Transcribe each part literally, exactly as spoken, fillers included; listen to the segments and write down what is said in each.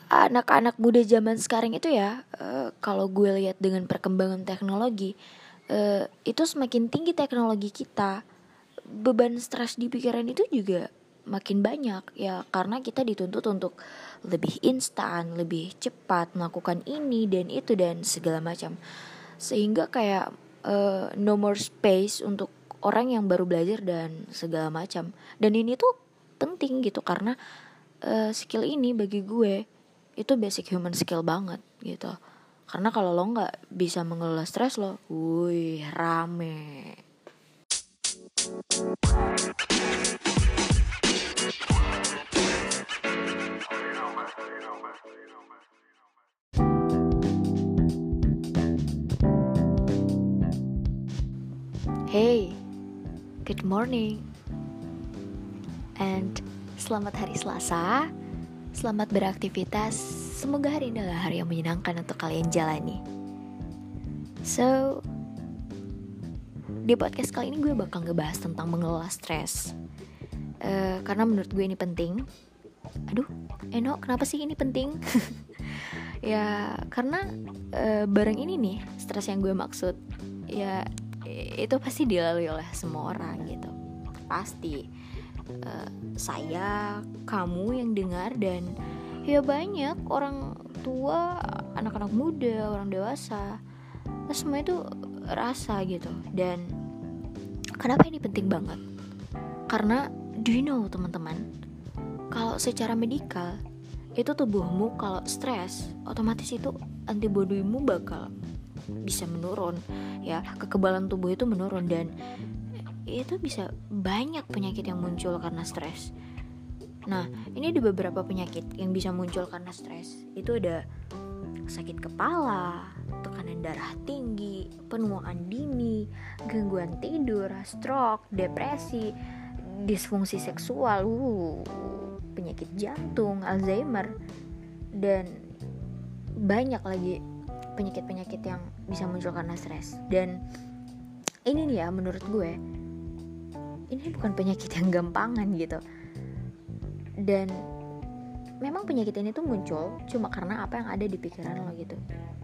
anak-anak muda zaman sekarang itu ya, uh, kalau gue lihat dengan perkembangan teknologi, uh, itu semakin tinggi teknologi kita, beban stres di pikiran itu juga makin banyak ya, karena kita dituntut untuk lebih instan, lebih cepat melakukan ini dan itu dan segala macam, sehingga kayak uh, no more space untuk orang yang baru belajar dan segala macam. Dan ini tuh penting gitu, karena uh, skill ini bagi gue itu basic human skill banget gitu. Karena kalau lo nggak bisa mengelola stres lo, wih rame. Hey, good morning and selamat hari Selasa. Selamat beraktivitas. Semoga hari ini adalah hari yang menyenangkan untuk kalian jalani. So, di podcast kali ini gue bakal ngebahas tentang mengelola stres, uh, karena menurut gue ini penting. Aduh, Eno, kenapa sih ini penting? Ya, karena uh, bareng ini nih, stres yang gue maksud, ya itu pasti dilalui oleh semua orang gitu. Pasti uh, saya, kamu yang dengar, dan ya banyak orang tua, anak-anak muda, orang dewasa, semua itu rasa gitu. Dan kenapa ini penting banget? Karena do you know teman-teman, kalau secara medikal itu tubuhmu kalau stres, otomatis itu antibodimu bakal bisa menurun ya, kekebalan tubuh itu menurun, dan itu bisa banyak penyakit yang muncul karena stres. Nah, ini ada beberapa penyakit yang bisa muncul karena stres. Itu ada sakit kepala, tekanan darah tinggi, penuaan dini, gangguan tidur, stroke, depresi, disfungsi seksual, uh, penyakit jantung, Alzheimer, dan banyak lagi penyakit-penyakit yang bisa muncul karena stres. Dan ini nih ya, menurut gue ini bukan penyakit yang gampangan gitu. Dan memang penyakit ini tuh muncul cuma karena apa yang ada di pikiran lo gitu.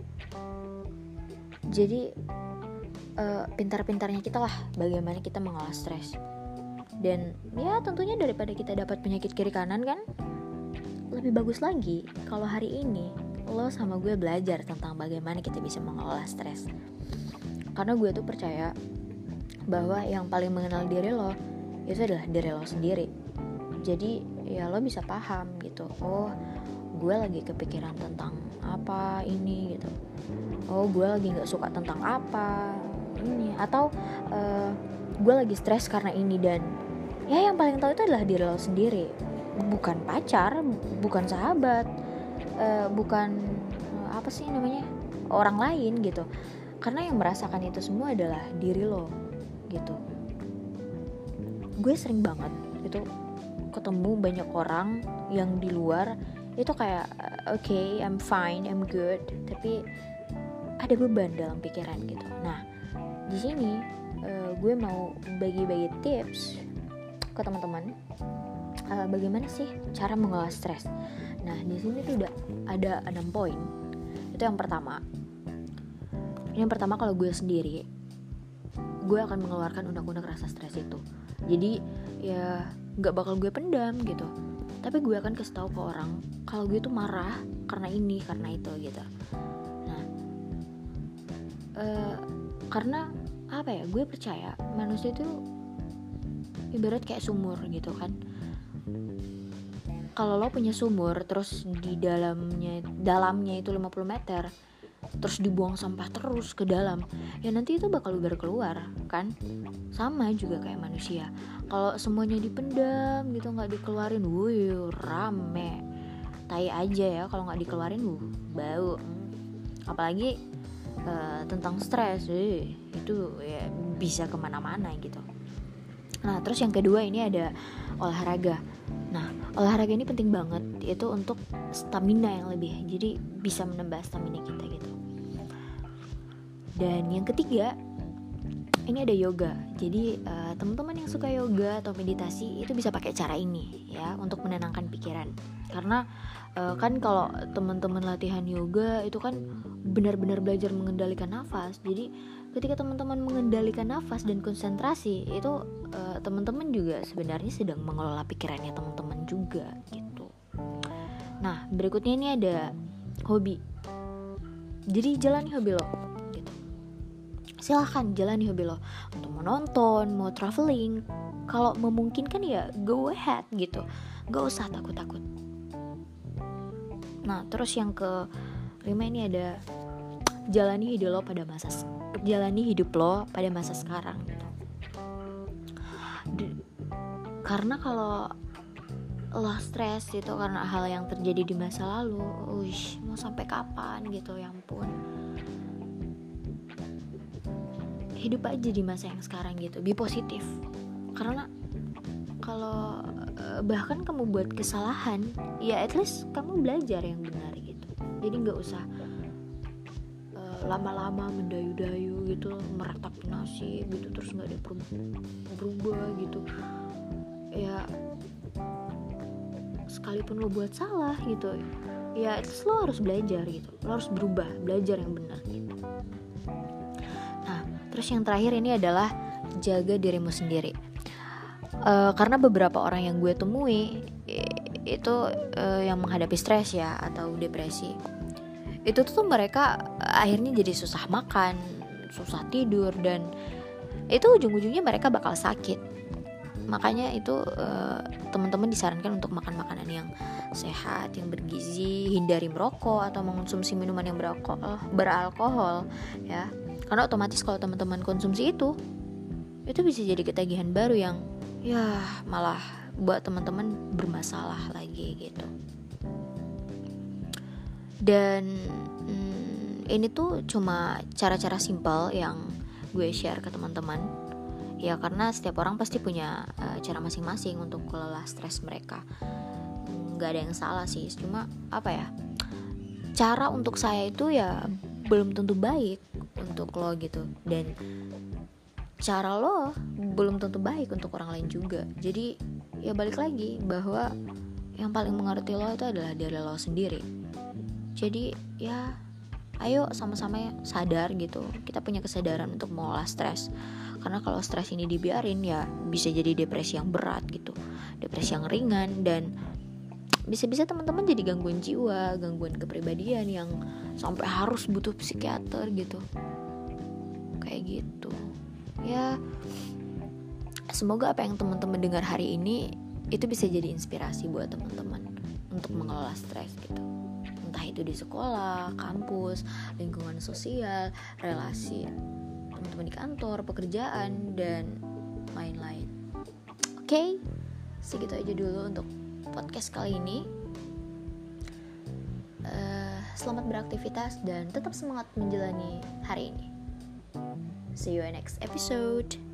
Jadi uh, pintar-pintarnya kita lah bagaimana kita mengolah stres. Dan ya tentunya daripada kita dapat penyakit kiri kanan kan, lebih bagus lagi kalau hari ini lo sama gue belajar tentang bagaimana kita bisa mengelola stres. Karena gue tuh percaya bahwa yang paling mengenal diri lo itu adalah diri lo sendiri. Jadi ya lo bisa paham gitu, oh gue lagi kepikiran tentang apa ini gitu, oh gue lagi gak suka tentang apa ini, atau uh, gue lagi stres karena ini. Dan ya yang paling tahu itu adalah diri lo sendiri, bukan pacar, bukan sahabat, uh, bukan uh, apa sih namanya, orang lain gitu. Karena yang merasakan itu semua adalah diri lo gitu. Gue sering banget itu ketemu banyak orang yang di luar itu kayak oke, okay, I'm fine, I'm good, tapi ada beban dalam pikiran gitu. Nah, di sini uh, gue mau bagi-bagi tips ke teman-teman uh, bagaimana sih cara mengelola stres. Nah, di sini tuh udah ada enam poin. Itu yang pertama. Yang pertama, kalau gue sendiri, gue akan mengeluarkan undang-undang rasa stres itu. Jadi ya gak bakal gue pendam gitu, tapi gue akan kasih tahu ke orang kalau gue tuh marah karena ini, karena itu gitu. Nah, uh, karena apa ya, gue percaya manusia itu ibarat kayak sumur gitu kan. Kalau lo punya sumur, terus di dalamnya dalamnya itu lima puluh meter, terus dibuang sampah terus ke dalam, ya nanti itu bakal berkeluar kan. Sama juga kayak manusia, kalau semuanya dipendam gitu, nggak dikeluarin, wuih rame, tai aja ya kalau nggak dikeluarin, wuh bau. Apalagi uh, tentang stres, eh, itu ya bisa kemana-mana gitu. Nah, terus yang kedua ini ada olahraga. Nah, olahraga ini penting banget, itu untuk stamina yang lebih, jadi bisa menambah stamina kita gitu. Dan yang ketiga, ini ada yoga. Jadi uh, teman-teman yang suka yoga atau meditasi itu bisa pakai cara ini ya untuk menenangkan pikiran. Karena uh, kan kalau teman-teman latihan yoga itu kan benar-benar belajar mengendalikan nafas. Jadi ketika teman-teman mengendalikan nafas dan konsentrasi itu uh, teman-teman juga sebenarnya sedang mengelola pikirannya teman-teman juga gitu. Nah, berikutnya ini ada hobi. Jadi jalani hobi lo gitu. Silahkan jalani hobi lo. Untuk menonton, mau traveling, kalau memungkinkan ya go ahead gitu. Gak usah takut-takut. Nah, terus yang ke lima ini ada jalani hidup lo pada masa jalani hidup lo pada masa sekarang gitu. D- karena kalau lo stres itu karena hal yang terjadi di masa lalu, uish, mau sampai kapan gitu, ya ampun. Hidup aja di masa yang sekarang gitu, be positif. Karena kalau bahkan kamu buat kesalahan, ya at least kamu belajar yang benar gitu. Jadi nggak usah uh, lama-lama mendayu-dayu gitu, meratapi nasib gitu, terus nggak ada berubah gitu. Ya sekalipun lo buat salah gitu, ya at least lo harus belajar gitu, lo harus berubah, belajar yang benar gitu. Nah, terus yang terakhir ini adalah jaga dirimu sendiri. Uh, karena beberapa orang yang gue temui itu uh, yang menghadapi stres ya atau depresi, itu tuh mereka akhirnya jadi susah makan, susah tidur, dan itu ujung-ujungnya mereka bakal sakit. Makanya itu uh, teman-teman disarankan untuk makan makanan yang sehat, yang bergizi, hindari merokok atau mengonsumsi minuman yang beralkohol, beralkohol ya. Karena otomatis kalau teman-teman konsumsi itu, itu bisa jadi ketagihan baru yang ya malah buat teman-teman bermasalah lagi gitu. Dan hmm, ini tuh cuma cara-cara simpel yang gue share ke teman-teman. Ya karena setiap orang pasti punya uh, cara masing-masing untuk kelola stres mereka. Nggak ada yang salah sih, cuma apa ya, cara untuk saya itu ya belum tentu baik untuk lo gitu, dan cara lo belum tentu baik untuk orang lain juga. Jadi ya balik lagi bahwa yang paling mengerti lo itu adalah diri lo sendiri. Jadi ya ayo sama-sama sadar gitu, kita punya kesadaran untuk mengolah stres. Karena kalau stres ini dibiarin ya bisa jadi depresi yang berat gitu, depresi yang ringan, dan bisa-bisa teman-teman jadi gangguan jiwa, gangguan kepribadian yang sampai harus butuh psikiater gitu. Kayak gitu. Ya semoga apa yang teman-teman dengar hari ini itu bisa jadi inspirasi buat teman-teman untuk mengelola stres gitu. Entah itu di sekolah, kampus, lingkungan sosial, relasi teman-teman di kantor, pekerjaan, dan lain-lain. Oke, okay? Segitu aja dulu untuk podcast kali ini. uh, Selamat beraktivitas dan tetap semangat menjalani hari ini. See you in next episode.